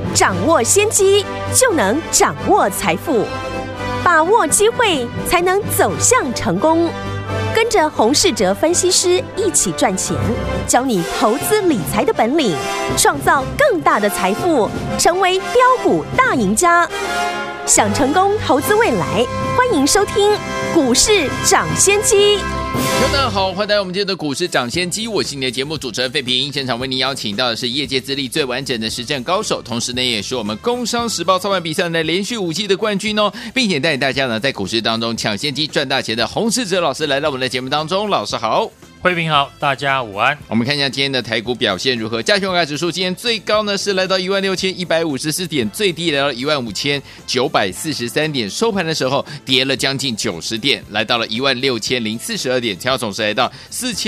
掌握先机，就能掌握财富。把握机会，才能走向成功。跟着洪士哲分析师一起赚钱，教你投资理财的本领，创造更大的财富，成为标股大赢家。想成功投资未来，欢迎收听股市涨先机。 大家好，欢迎来到我们今天的股市涨先机，我是你的节目主持人费平。现场为您邀请到的是业界资历最完整的实战高手，同时呢也是我们工商时报操盘比赛的连续5季的冠军哦，并且带领大家呢在股市当中抢先机赚大钱的洪士哲老师来到我们的节目当中。老师好。 慧平好，大家午安。 我们看一下今天的台股表现如何。加权指数今天最高呢是来到16154点，最低来到15943点，收盘的时候跌了将近90点，来到了16042点，成交总值来到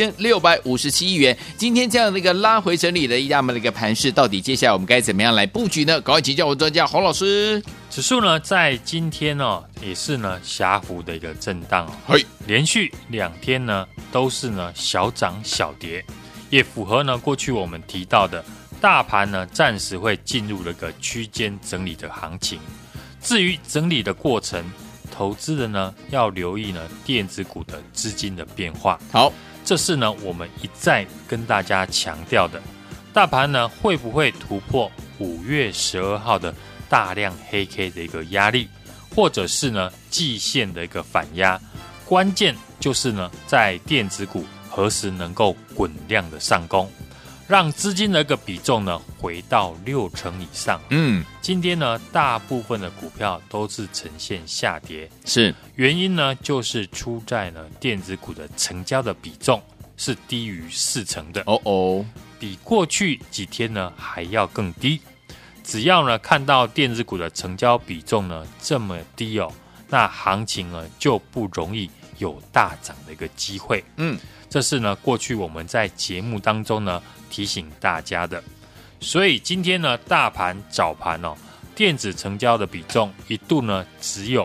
4657亿元。今天这样的一个拉回整理的一样的一个盘势，到底接下来我们该怎么样来布局呢？赶快请教我们专家洪老师。 指数呢在今天也是呢狭幅的一个震荡连续2天呢都是呢小涨小跌，也符合呢过去我们提到的大盘呢暂时会进入了一个区间整理的行情。至于整理的过程，投资人呢要留意呢电子股的资金的变化。好，这是呢我们一再跟大家强调的，大盘呢会不会突破5月12号的大量黑 K 的一个压力，或者是呢季线的一个反压，关键就是呢在电子股何时能够滚量的上攻，让资金的一个比重呢回到60%以上。今天呢大部分的股票都是呈现下跌，是原因呢就是出在呢电子股的成交的比重是低于40%的，比过去几天呢还要更低。只要呢看到电子股的成交比重呢这么低那行情呢就不容易有大涨的一个机会。这是呢过去我们在节目当中呢提醒大家的。所以今天呢大盘早盘电子成交的比重一度呢只有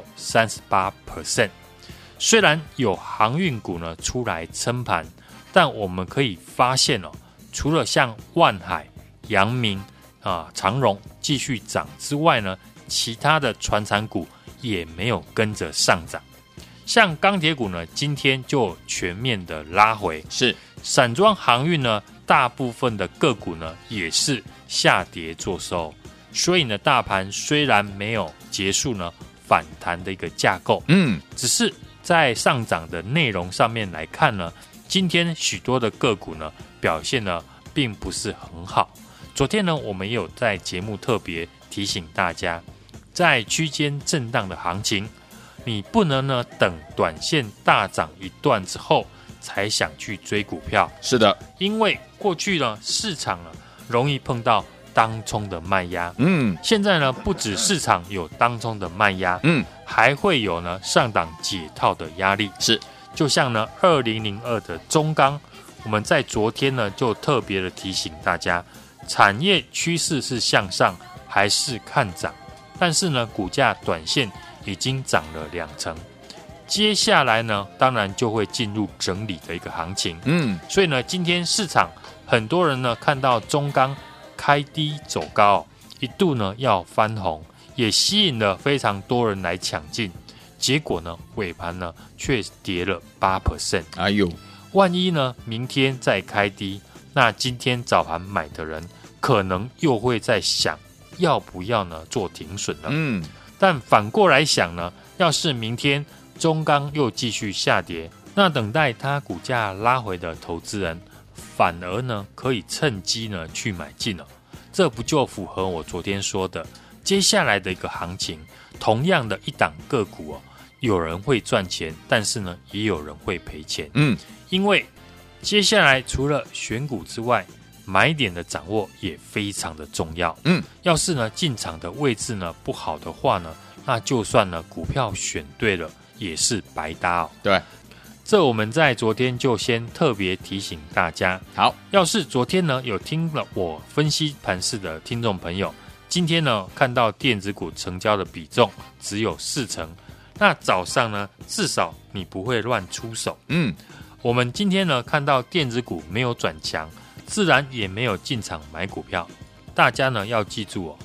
38%。虽然有航运股呢出来撑盘，但我们可以发现除了像万海、阳明长荣继续涨之外呢，其他的传产股也没有跟着上涨。像钢铁股呢，今天就全面的拉回，是散装航运呢，大部分的个股呢也是下跌作收。所以呢，大盘虽然没有结束呢反弹的一个架构，只是在上涨的内容上面来看呢，今天许多的个股呢表现呢并不是很好。昨天呢，我们也有在节目特别提醒大家，在区间震荡的行情，你不能呢等短线大涨一段之后才想去追股票。是的，因为过去呢市场呢容易碰到当冲的卖压，现在呢不止市场有当冲的卖压，还会有呢上档解套的压力。是，就像呢2002的中钢，我们在昨天呢就特别的提醒大家。产业趋势是向上还是看涨，但是呢股价短线已经涨了2%，接下来呢当然就会进入整理的一个行情。所以呢今天市场很多人呢看到中钢开低走高，一度呢要翻红，也吸引了非常多人来抢进，结果呢尾盘呢却跌了8%。哎呦，万一呢明天再开低，那今天早盘买的人可能又会在想要不要呢做停损了。但反过来想呢，要是明天中钢又继续下跌，那等待它股价拉回的投资人反而呢可以趁机呢去买进了。这不就符合我昨天说的，接下来的一个行情，同样的一档个股有人会赚钱，但是呢也有人会赔钱。因为接下来除了选股之外，买点的掌握也非常的重要。要是呢进场的位置呢不好的话呢，那就算呢股票选对了也是白搭对，这我们在昨天就先特别提醒大家。好，要是昨天呢有听了我分析盘势的听众朋友，今天呢看到电子股成交的比重只有40%，那早上呢至少你不会乱出手。我们今天呢看到电子股没有转强，自然也没有进场买股票。大家呢要记住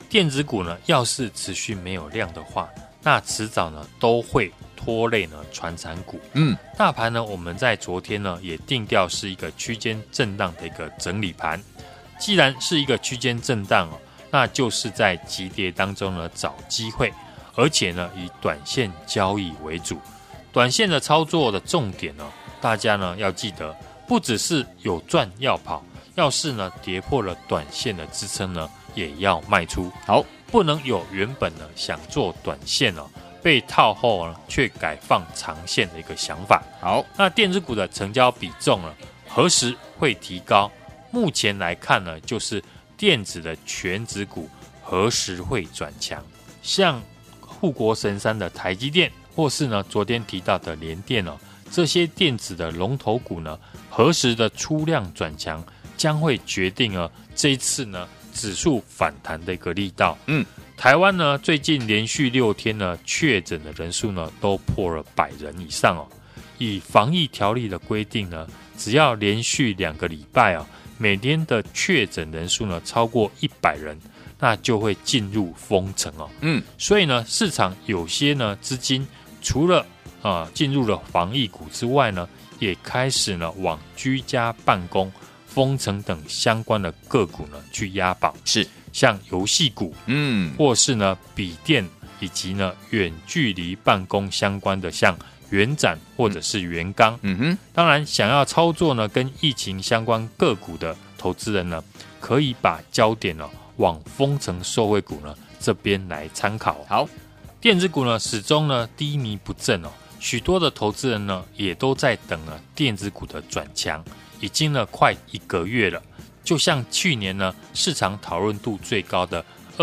电子股呢要是持续没有量的话，那迟早呢都会拖累呢传产股。大盘呢我们在昨天呢也定调是一个区间震荡的一个整理盘。既然是一个区间震荡那就是在急跌当中呢找机会，而且呢以短线交易为主。短线的操作的重点呢，大家呢要记得，不只是有赚要跑，要是呢跌破了短线的支撑呢，也要卖出。好，不能有原本呢想做短线被套后呢却改放长线的一个想法。好，那电子股的成交比重呢，何时会提高？目前来看呢，就是电子的全指股何时会转强？像护国神山的台积电，或是呢昨天提到的联电这些电子的龙头股呢，何时的出量转强，将会决定这一次呢指数反弹的一个力道。台湾呢最近连续6天呢确诊的人数呢都破了100人以上以防疫条例的规定呢，只要连续2个礼拜每天的确诊人数呢超过100人，那就会进入封城所以呢市场有些呢资金除了进入了防疫股之外呢，也开始呢往居家办公、封城等相关的个股呢去押宝，是像游戏股，或是呢笔电以及呢远距离办公相关的，像元展或者是元刚。当然想要操作呢跟疫情相关个股的投资人呢，可以把焦点往封城受惠股呢这边来参考。好，电子股呢始终呢低迷不振许多的投资人呢也都在等电子股的转强，已经呢快1个月了。就像去年呢市场讨论度最高的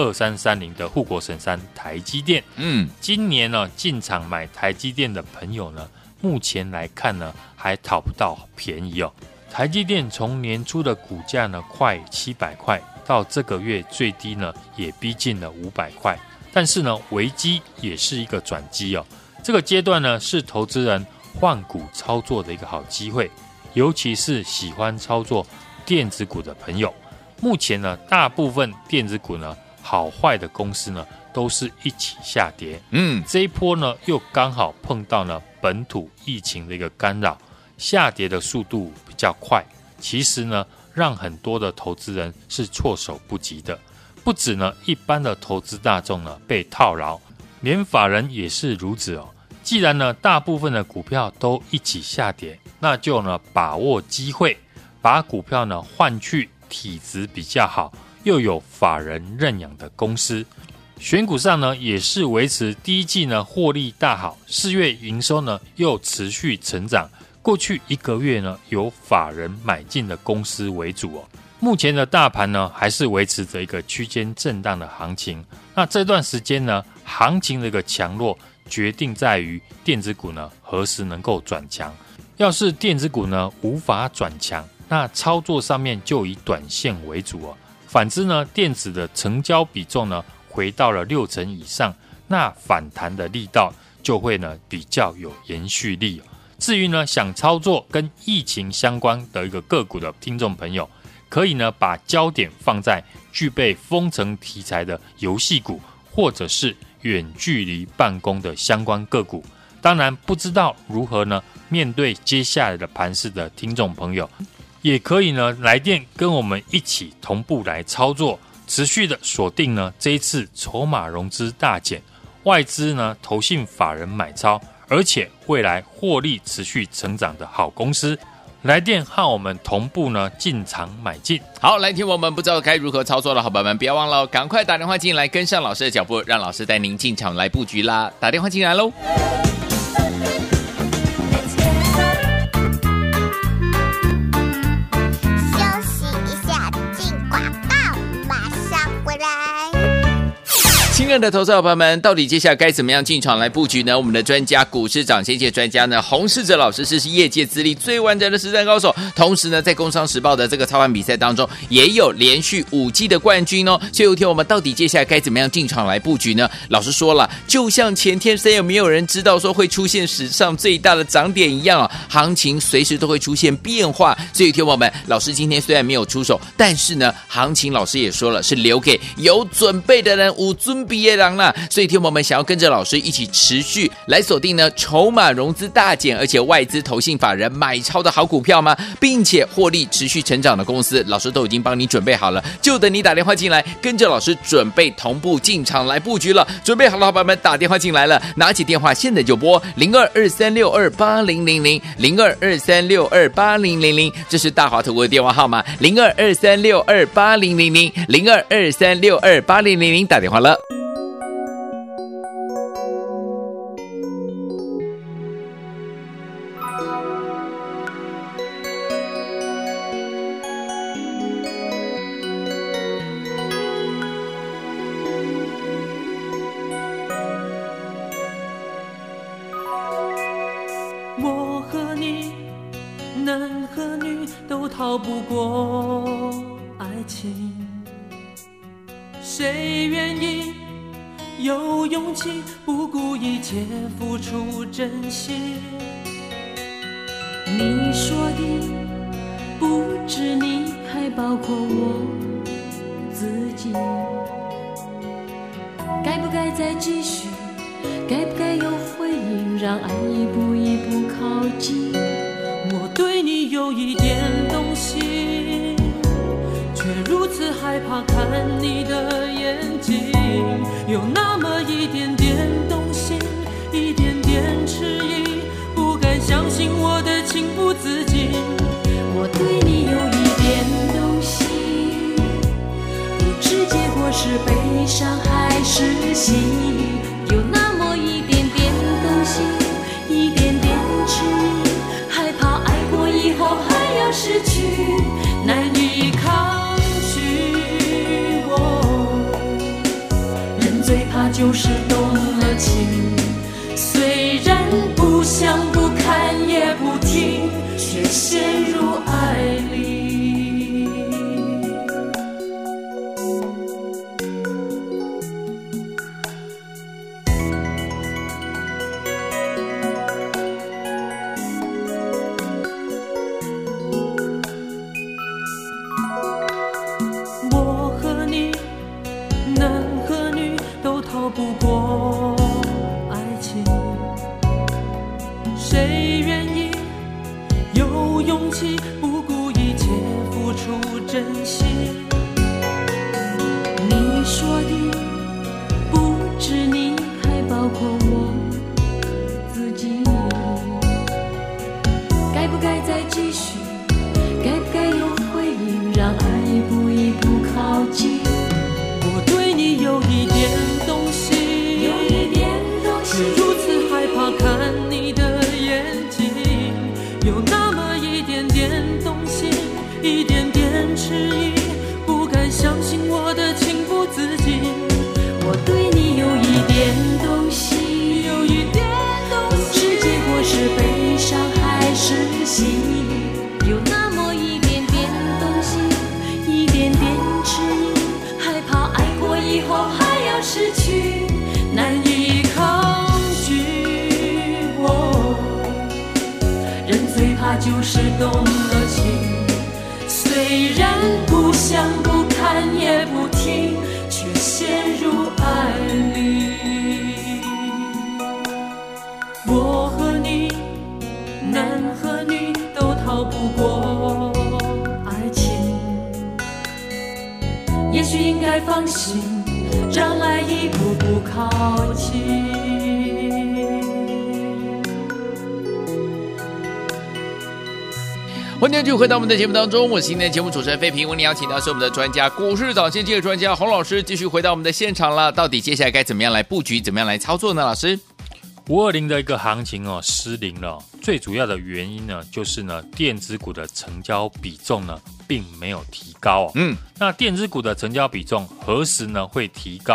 2330的护国神山台积电，今年呢进场买台积电的朋友呢，目前来看呢还讨不到便宜台积电从年初的股价呢快700块，到这个月最低呢也逼近了500块，但是呢危机也是一个转机这个阶段呢是投资人换股操作的一个好机会，尤其是喜欢操作电子股的朋友。目前呢大部分电子股呢好坏的公司呢都是一起下跌，这一波呢又刚好碰到呢本土疫情的一个干扰，下跌的速度比较快，其实呢让很多的投资人是措手不及的。不止呢一般的投资大众呢被套牢，连法人也是如此既然呢大部分的股票都一起下跌，那就呢把握机会，把股票呢换去体质比较好又有法人认养的公司。选股上呢也是维持第一季呢获利大好，4月营收呢又持续成长，过去1个月呢有法人买进的公司为主目前的大盘呢还是维持着一个区间震荡的行情，那这段时间呢行情的一个强弱决定在于电子股呢何时能够转强。要是电子股呢无法转强，那操作上面就以短线为主反之呢电子的成交比重呢回到了60%以上，那反弹的力道就会呢比较有延续力至于呢想操作跟疫情相关的一个个股的听众朋友，可以呢把焦点放在具备封城题材的游戏股，或者是远距离办公的相关个股。当然不知道如何呢面对接下来的盘势的听众朋友，也可以呢来电跟我们一起同步来操作，持续的锁定呢这一次筹码融资大减，外资呢投信法人买超，而且未来获利持续成长的好公司。来电和我们同步呢进场买进。 好，来听我们不知道该如何操作的好朋友们，不要忘了赶快打电话进来，跟上老师的脚步，让老师带您进场来布局啦。打电话进来咯。 亲爱的投资者朋友们，到底接下来该怎么样进场来布局呢？我们的专家股市涨先界专家呢，洪士哲老师是业界资历最完整的实战高手，同时呢，在工商时报的这个操盘比赛当中，也有连续5季的冠军哦。所以有一天我们到底接下来该怎么样进场来布局呢？老师说了，就像前天谁也没有人知道说会出现史上最大的涨点一样啊，行情随时都会出现变化。所以有一天我们老师今天虽然没有出手，但是呢，行情老师也说了，是留给有准备的人，有准备的人啦。所以听我们想要跟着老师一起持续来锁定呢筹码融资大减，而且外资投信法人买超的好股票吗？并且获利持续成长的公司，老师都已经帮你准备好了，就等你打电话进来，跟着老师准备同步进场来布局了。准备好了，伙伴们打电话进来了，拿起电话现在就拨0223628000 0223628000，这是大华投顾的电话号码0223628000 0223628000，打电话了。 我和你，男和女都逃不过爱情，谁愿意有勇气不顾一切付出真心？ 你说的不止你，还包括我自己。该不该再继续？该不该有回应？让爱一步一步靠近。 我对你有一点动心，却如此害怕看你的眼睛，有那么一点点动心，一点点迟疑，不敢相信我的情不自禁。 我对你有一点动心，不知结果是悲伤还是喜，有那么一点点动心，一点点迟疑，害怕爱过以后还要失去， 难以抗拒。 人最怕就是动了情， 虽然不想不看也不听，却陷入爱里。我和你，男和女都逃不过爱情，谁愿意有勇气不顾一切付出真心？ 你说的不止你，还包括我自己。该不该再继续？该不该有回应？让爱一步一步靠近。 我对你有一点动心，却如此害怕看你的眼睛，有那么一点点动心，一点点迟疑，不敢相信我的情不自禁。 我对你有一点动心，不知结果是悲伤还是喜，有那么一点点动心，一点点迟疑，害怕爱过以后还要失去， 难以抗拒。 人最怕就是动了情， 虽然不想不看也不听，却陷入爱里。我和你，男和女都逃不过爱情，也许应该放心，让爱一步步靠近。 欢迎继续回到我们的节目当中，我是今天的节目主持人费平，为您邀请到是我们的专家股市涨先机的专家洪老师，继续回到我们的现场了。到底接下来该怎么样来布局，怎么样来操作呢？老师 ，520的一个行情失灵了，最主要的原因呢，就是呢电子股的成交比重呢并没有提高那电子股的成交比重何时呢会提高？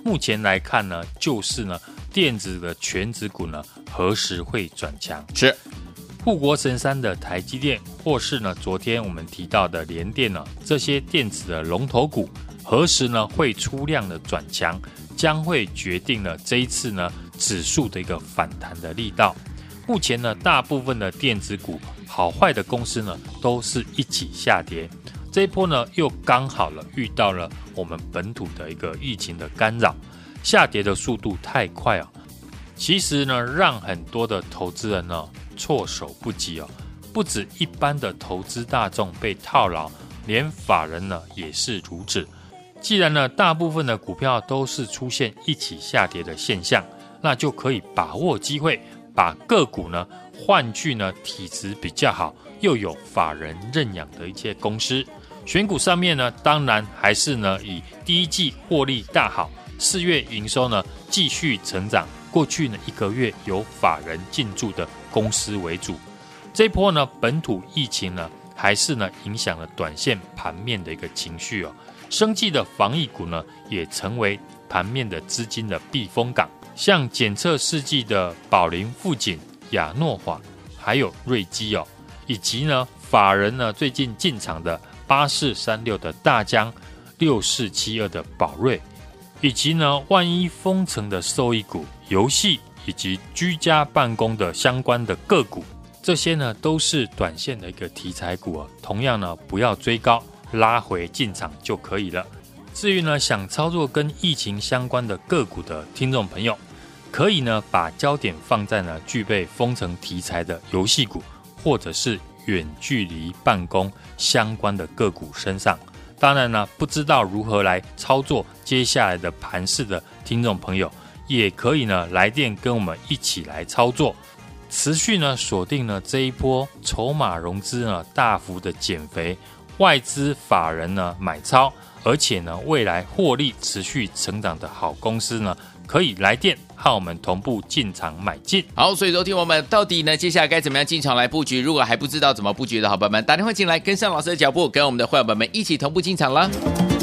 目前来看呢，就是呢电子的权值股呢何时会转强？ 是护国神山的台积电，或是呢昨天我们提到的联电呢，这些电子的龙头股何时呢会出量的转强，将会决定了这一次呢指数的一个反弹的力道。目前呢大部分的电子股好坏的公司呢都是一起下跌，这一波呢又刚好了遇到了我们本土的一个疫情的干扰，下跌的速度太快啊，其实呢让很多的投资人呢措手不及哦。不止一般的投资大众被套牢，连法人呢也是如此。既然呢大部分的股票都是出现一起下跌的现象，那就可以把握机会，把个股呢换去呢体质比较好又有法人认养的一些公司。选股上面呢，当然还是呢以第一季获利大好，4月营收呢继续成长，过去呢1个月有法人进驻的公司为主。这一波呢本土疫情呢还是呢影响了短线盘面的一个情绪哦。生技的防疫股呢也成为盘面的资金的避风港，像检测试剂的宝林富锦、亚诺华还有瑞基哦，以及呢法人呢最近进场的8436的大江、6472的宝瑞，以及呢万一封城的受益股、游戏以及居家办公的相关的个股，这些呢都是短线的一个题材股哦，同样呢不要追高，拉回进场就可以了。至于呢想操作跟疫情相关的个股的听众朋友，可以呢把焦点放在呢具备封城题材的游戏股，或者是远距离办公相关的个股身上。当然呢不知道如何来操作接下来的盘势的听众朋友，也可以呢来电跟我们一起来操作，持续呢锁定呢这一波筹码融资呢大幅的减肥，外资法人呢买超，而且呢未来获利持续成长的好公司呢，可以来电和我们同步进场买进。 好，所以说听我们到底呢接下来该怎么样进场来布局？如果还不知道怎么布局的好朋友们，打电话进来跟上老师的脚步，跟我们的会员们一起同步进场了。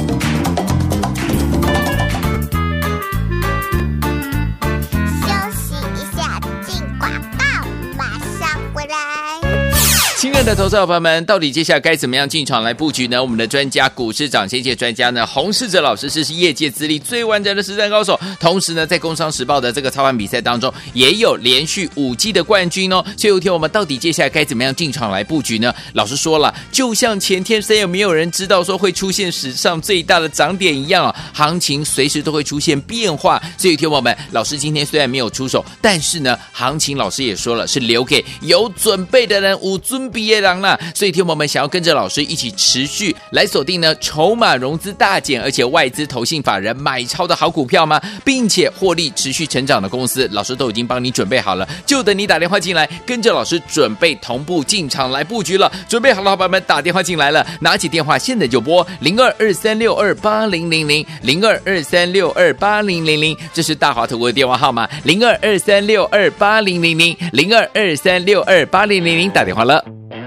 亲爱的投资者朋友们，到底接下来该怎么样进场来布局呢？我们的专家股市涨先界专家呢，洪士哲老师是业界资历最完整的实战高手，同时呢，在工商时报的这个操盘比赛当中，也有连续5季的冠军哦。所以有天我们到底接下来该怎么样进场来布局呢？老师说了，就像前天谁也没有人知道说会出现史上最大的涨点一样啊，行情随时都会出现变化。所以有天我们老师今天虽然没有出手，但是呢，行情老师也说了，是留给有准备的人，有准备的人啦。所以听我们想要跟着老师一起持续来锁定呢筹码融资大减，而且外资投信法人买超的好股票吗？并且获利持续成长的公司，老师都已经帮你准备好了，就等你打电话进来，跟着老师准备同步进场来布局了。准备好了，伙伴们打电话进来了，拿起电话现在就拨0223628000 0223628000，这是大华投顾的电话号码0223628000 0223628000，打电话了。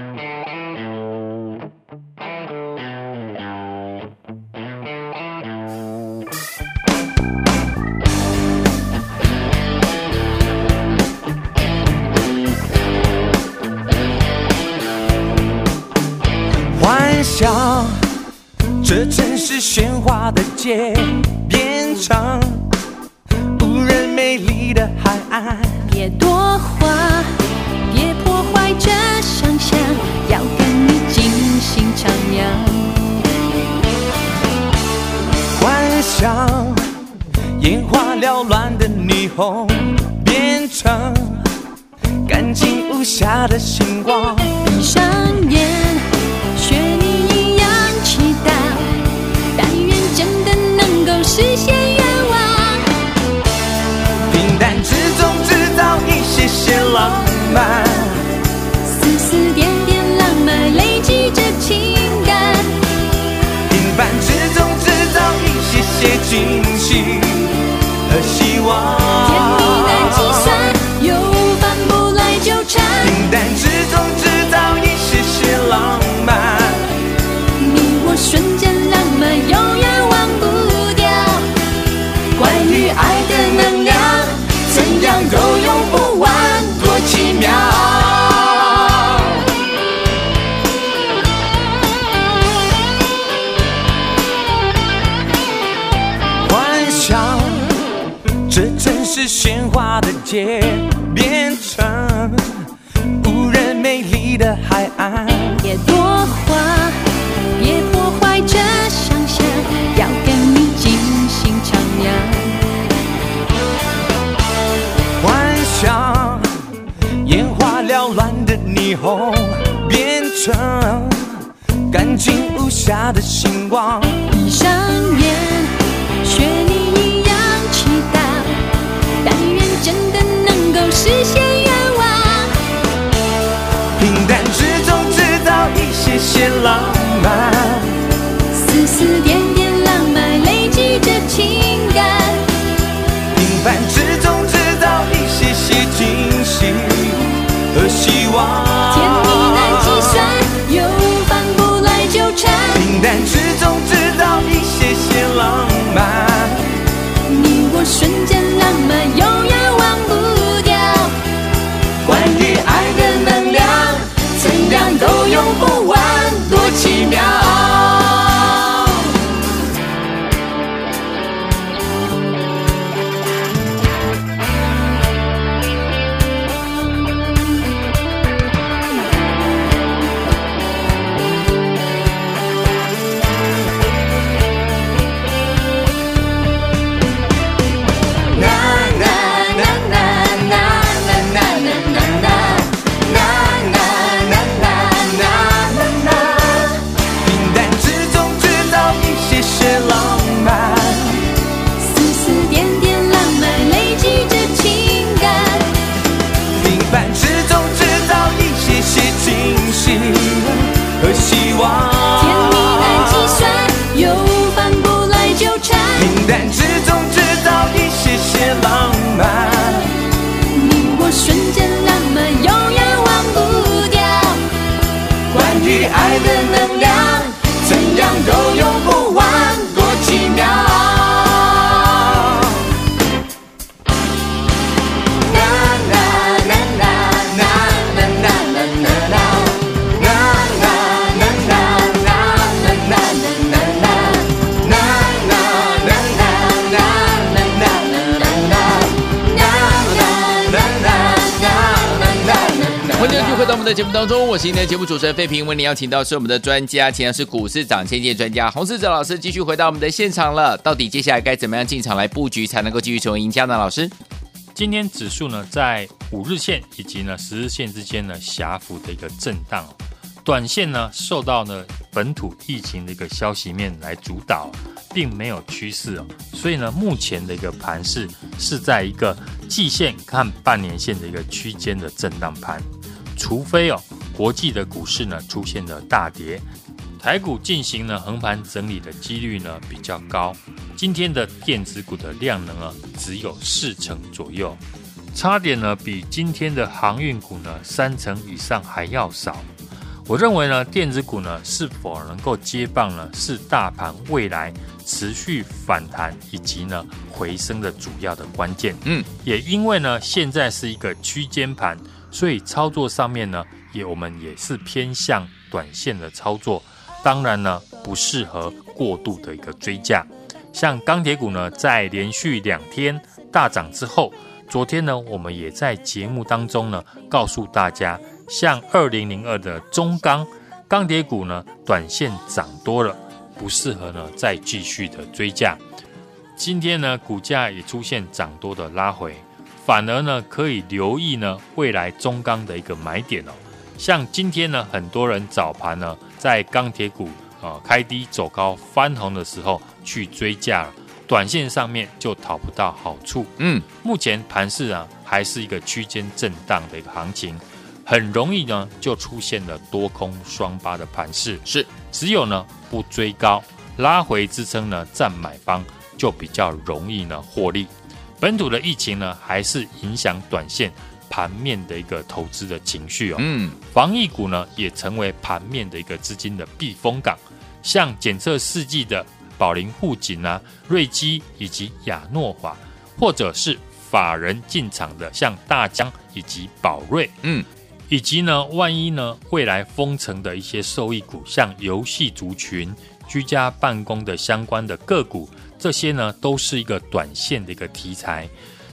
幻想这城市喧哗的街，变成无人美丽的海岸。 别多话，别破坏这想象，要跟你尽兴徜徉。 幻想眼花缭乱的霓虹，变成干净无瑕的星光。 闭上眼，学你一样祈祷，但愿真的能够实现愿望。 平淡之中制造一些些浪漫， 丝丝点点浪漫累积着情感。 平凡之中制造一些些惊喜和希望。 甜蜜难计算，有烦不来纠缠。 平淡之中制造一些些浪漫， 你我瞬间浪漫，永远忘不掉。怪是喧哗的街，变成无人美丽的海岸。 别多话，别破坏这想象，要跟你尽兴徜徉。 幻想眼花缭乱的霓虹，变成干净无瑕的星光。 闭上眼，学你一样祈祷，但愿真的能够实现愿望。 平淡之中制造一些些浪漫， 丝丝点点浪漫累积着情感。 平凡之中制造一些些惊喜和希望。 甜蜜难计算，又反不来纠缠。 平淡之中制造一些些浪漫， 你我瞬间浪漫，永远忘不掉。 关于爱的能量，怎样都用不完，多奇妙。和希望， 甜蜜难计算，又反不来纠缠。 平淡之中制造一些些浪漫， 你我瞬间浪漫，永远忘不掉。 关于爱的能量，怎样都用不完，多奇妙。 回到我们的节目当中，我是今天的节目主持人费平，为您邀请到是我们的专家，请的是股市涨千件专家洪士哲老师，继续回到我们的现场了。到底接下来该怎么样进场来布局，才能够继续成为赢家呢？老师， 今天指数呢在5日线以及呢10日线之间呢狭幅的一个震荡，短线呢受到呢本土疫情的一个消息面来主导，并没有趋势哦，所以呢目前的一个盘势是在一个季线和半年线的一个区间的震荡盘。除非国际的股市呢出现了大跌，台股进行了横盘整理的几率呢比较高。今天的电子股的量能只有40%左右，差点呢比今天的航运股呢30%以上还要少。我认为呢电子股呢是否能够接棒呢是大盘未来持续反弹以及呢回升的主要的关键。也因为呢现在是一个区间盘，所以操作上面呢我们也是偏向短线的操作，当然呢不适合过度的一个追价。像钢铁股呢在连续2天大涨之后，昨天呢我们也在节目当中呢告诉大家，像2002的中钢铁股呢短线涨多了，不适合呢再继续的追价。今天呢股价也出现涨多的拉回，反而呢可以留意呢未来中钢的一个买点哦。像今天呢很多人早盘呢在钢铁股开低走高翻红的时候去追价了，短线上面就讨不到好处。目前盘势还是一个区间震荡的一个行情，很容易呢就出现了多空双巴的盘势。 是， 只有呢不追高，拉回支撑呢占买方，就比较容易呢获利。本土的疫情呢还是影响短线盘面的一个投资的情绪防疫股呢也成为盘面的一个资金的避风港，像检测试剂的宝林护锦瑞基以及亚诺华，或者是法人进场的像大江以及宝瑞，以及呢万一呢未来封城的一些受益股，像游戏族群、居家办公的相关的个股，这些呢都是一个短线的一个题材。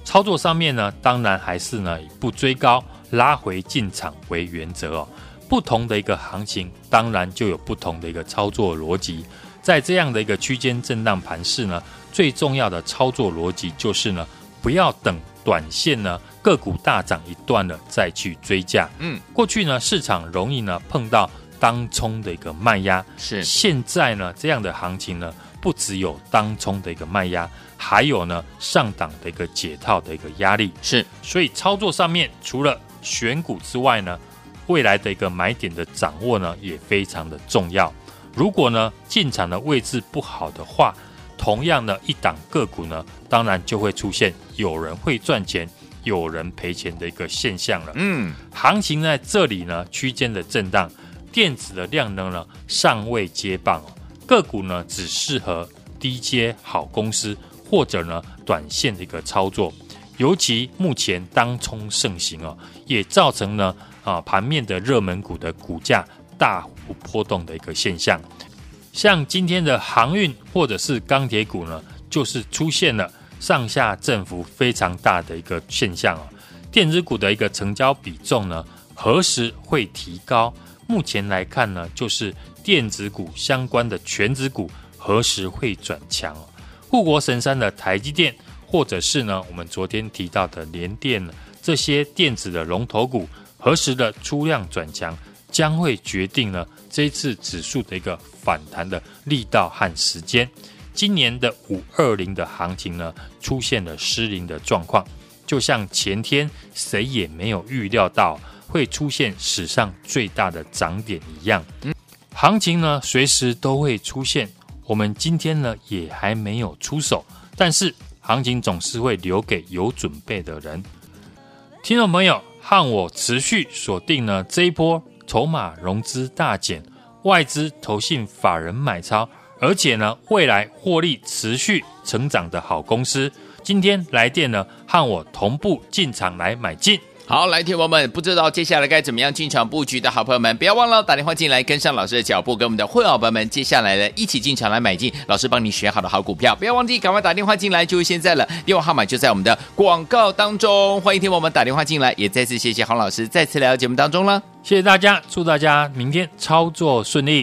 操作上面呢，当然还是呢以不追高、拉回进场为原则哦。不同的一个行情，当然就有不同的一个操作逻辑。在这样的一个区间震荡盘势呢，最重要的操作逻辑就是呢，不要等短线呢个股大涨一段了再去追价。过去呢市场容易呢碰到当冲的一个卖压， 是现在呢这样的行情呢，不只有当冲的一个卖压，还有呢上档的一个解套的一个压力。 是， 所以操作上面除了选股之外呢，未来的一个买点的掌握呢也非常的重要。如果呢进场的位置不好的话，同样的一档个股呢，当然就会出现有人会赚钱，有人赔钱的一个现象了。行情在这里呢区间的震荡，电子的量能呢尚未接棒哦，个股呢只适合低阶好公司或者呢短线的一个操作。尤其目前当冲盛行哦，也造成呢盘面的热门股的股价大幅波动的一个现象。像今天的航运或者是钢铁股呢，就是出现了上下振幅非常大的一个现象哦。电子股的一个成交比重呢，何时会提高？目前来看呢，就是电子股相关的权值股何时会转强哦。护国神山的台积电，或者是呢我们昨天提到的联电，这些电子的龙头股何时的出量转强，将会决定呢这一次指数的一个反弹的力道和时间。今年的520的行情呢，出现了失灵的状况，就像前天谁也没有预料到会出现史上最大的涨点一样。行情呢随时都会出现，我们今天呢也还没有出手，但是行情总是会留给有准备的人。听众朋友，和我持续锁定呢这一波筹码融资大减，外资投信法人买超，而且呢未来获利持续成长的好公司，今天来电呢和我同步进场来买进。 好，来听友们，不知道接下来该怎么样进场布局的好朋友们，不要忘了打电话进来，跟上老师的脚步，跟我们的会员伙伴们接下来呢一起进场来买进老师帮你选好的好股票。不要忘记赶快打电话进来，就是现在了，电话号码就在我们的广告当中，欢迎听友们打电话进来。也再次谢谢黄老师再次来到节目当中了， 谢谢大家，祝大家明天操作顺利。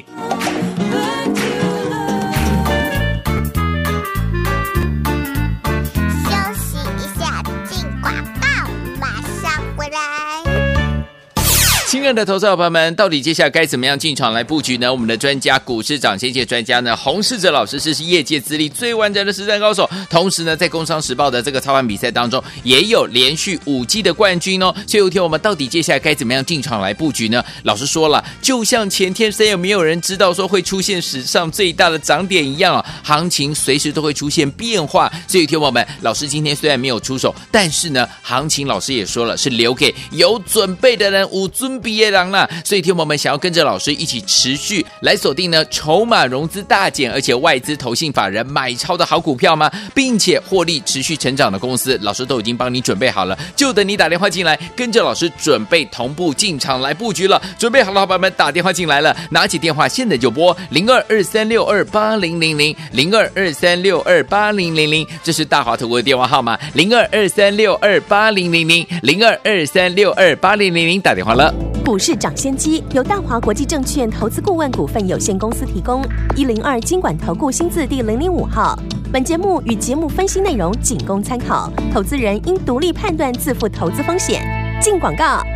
亲爱的投资者朋友们，到底接下来该怎么样进场来布局呢？我们的专家股市涨先界专家呢，洪士哲老师是业界资历最完整的实战高手，同时呢在工商时报的这个操盘比赛当中也有连续5季的冠军哦。所以有天我们到底接下来该怎么样进场来布局呢？老师说了，就像前天谁也没有人知道说会出现史上最大的涨点一样啊，行情随时都会出现变化。所以有天我们老师今天虽然没有出手，但是呢行情老师也说了是留给有准备的人，有准备的人啦。所以听我们想要跟着老师一起持续来锁定呢筹码融资大减，而且外资投信法人买超的好股票吗？并且获利持续成长的公司，老师都已经帮你准备好了，就等你打电话进来，跟着老师准备同步进场来布局了。准备好了，伙伴们打电话进来了，拿起电话现在就拨0223628000 0223628000，这是大华投顾的电话号码0223628000 0223628000，打电话了。 股市涨先机由大华国际证券投资顾问股份有限公司提供，102金管投顾新字第005号。本节目与节目分析内容仅供参考，投资人应独立判断，自负投资风险。进广告。